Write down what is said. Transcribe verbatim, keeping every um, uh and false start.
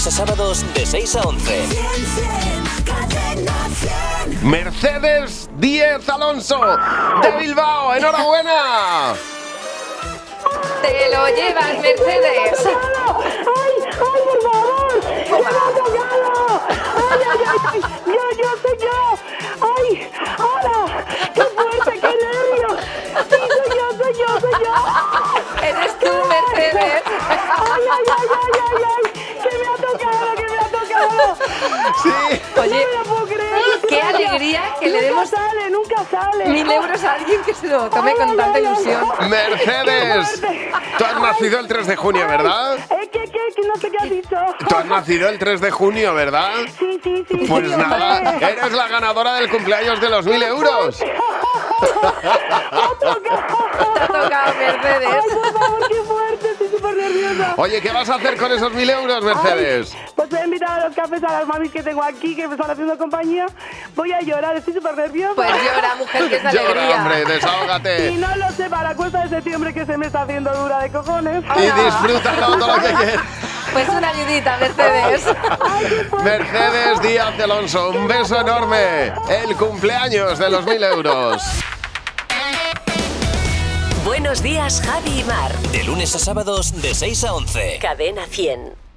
a sábados de seis a once. Mercedes Díez Alonso de Bilbao, ¡enhorabuena! Te lo llevas, Mercedes. ¡Ay, ay, por favor! ¡Me ha tocado! ¡Ay, ay, ay, ay! ¡Yo, yo, soy yo! ¡Ay! ¡Hola! ¡Qué fuerte, qué nervios! ¡Sí, soy yo, soy yo, soy yo! Eres tú, Mercedes. ¡Ay, ay, ay, ay, ay, ay! ¡Que me ha tocado, que me ha tocado! Sí. Oye, No me lo puedo creer. qué alegría que le demos Nunca sale, nunca sale. mil euros a alguien que se lo tome Ay, con ay, tanta ay, ay. ilusión. Mercedes, ¡Qué fuerte! tú has nacido el tres de junio, ¿verdad? ¿Eh, qué, qué? ¿Qué? No sé qué has dicho. Tú has nacido el tres de junio, ¿verdad? Sí, sí, sí. Pues sí, nada, hombre. eres la ganadora del cumpleaños de los mil euros. Te ha tocado, Mercedes. Ay, por favor, qué fuerte, estoy súper nerviosa. Oye, ¿qué vas a hacer con esos mil euros, Mercedes? Ay, pues voy a invitar a los cafés a las mamis que tengo aquí, que me están haciendo compañía. Voy a llorar, estoy súper nerviosa. Pues llora, mujer, que es Llora, alegría. hombre, Y desahógate. no lo sé, para la cuesta de septiembre que se me está haciendo dura de cojones. Y disfrútalo todo lo que quieras. Pues una ayudita, Mercedes. Mercedes Díaz de Alonso, un beso enorme. El cumpleaños de los mil euros. Buenos días, Javi y Mar. De lunes a sábados de seis a once. Cadena cien.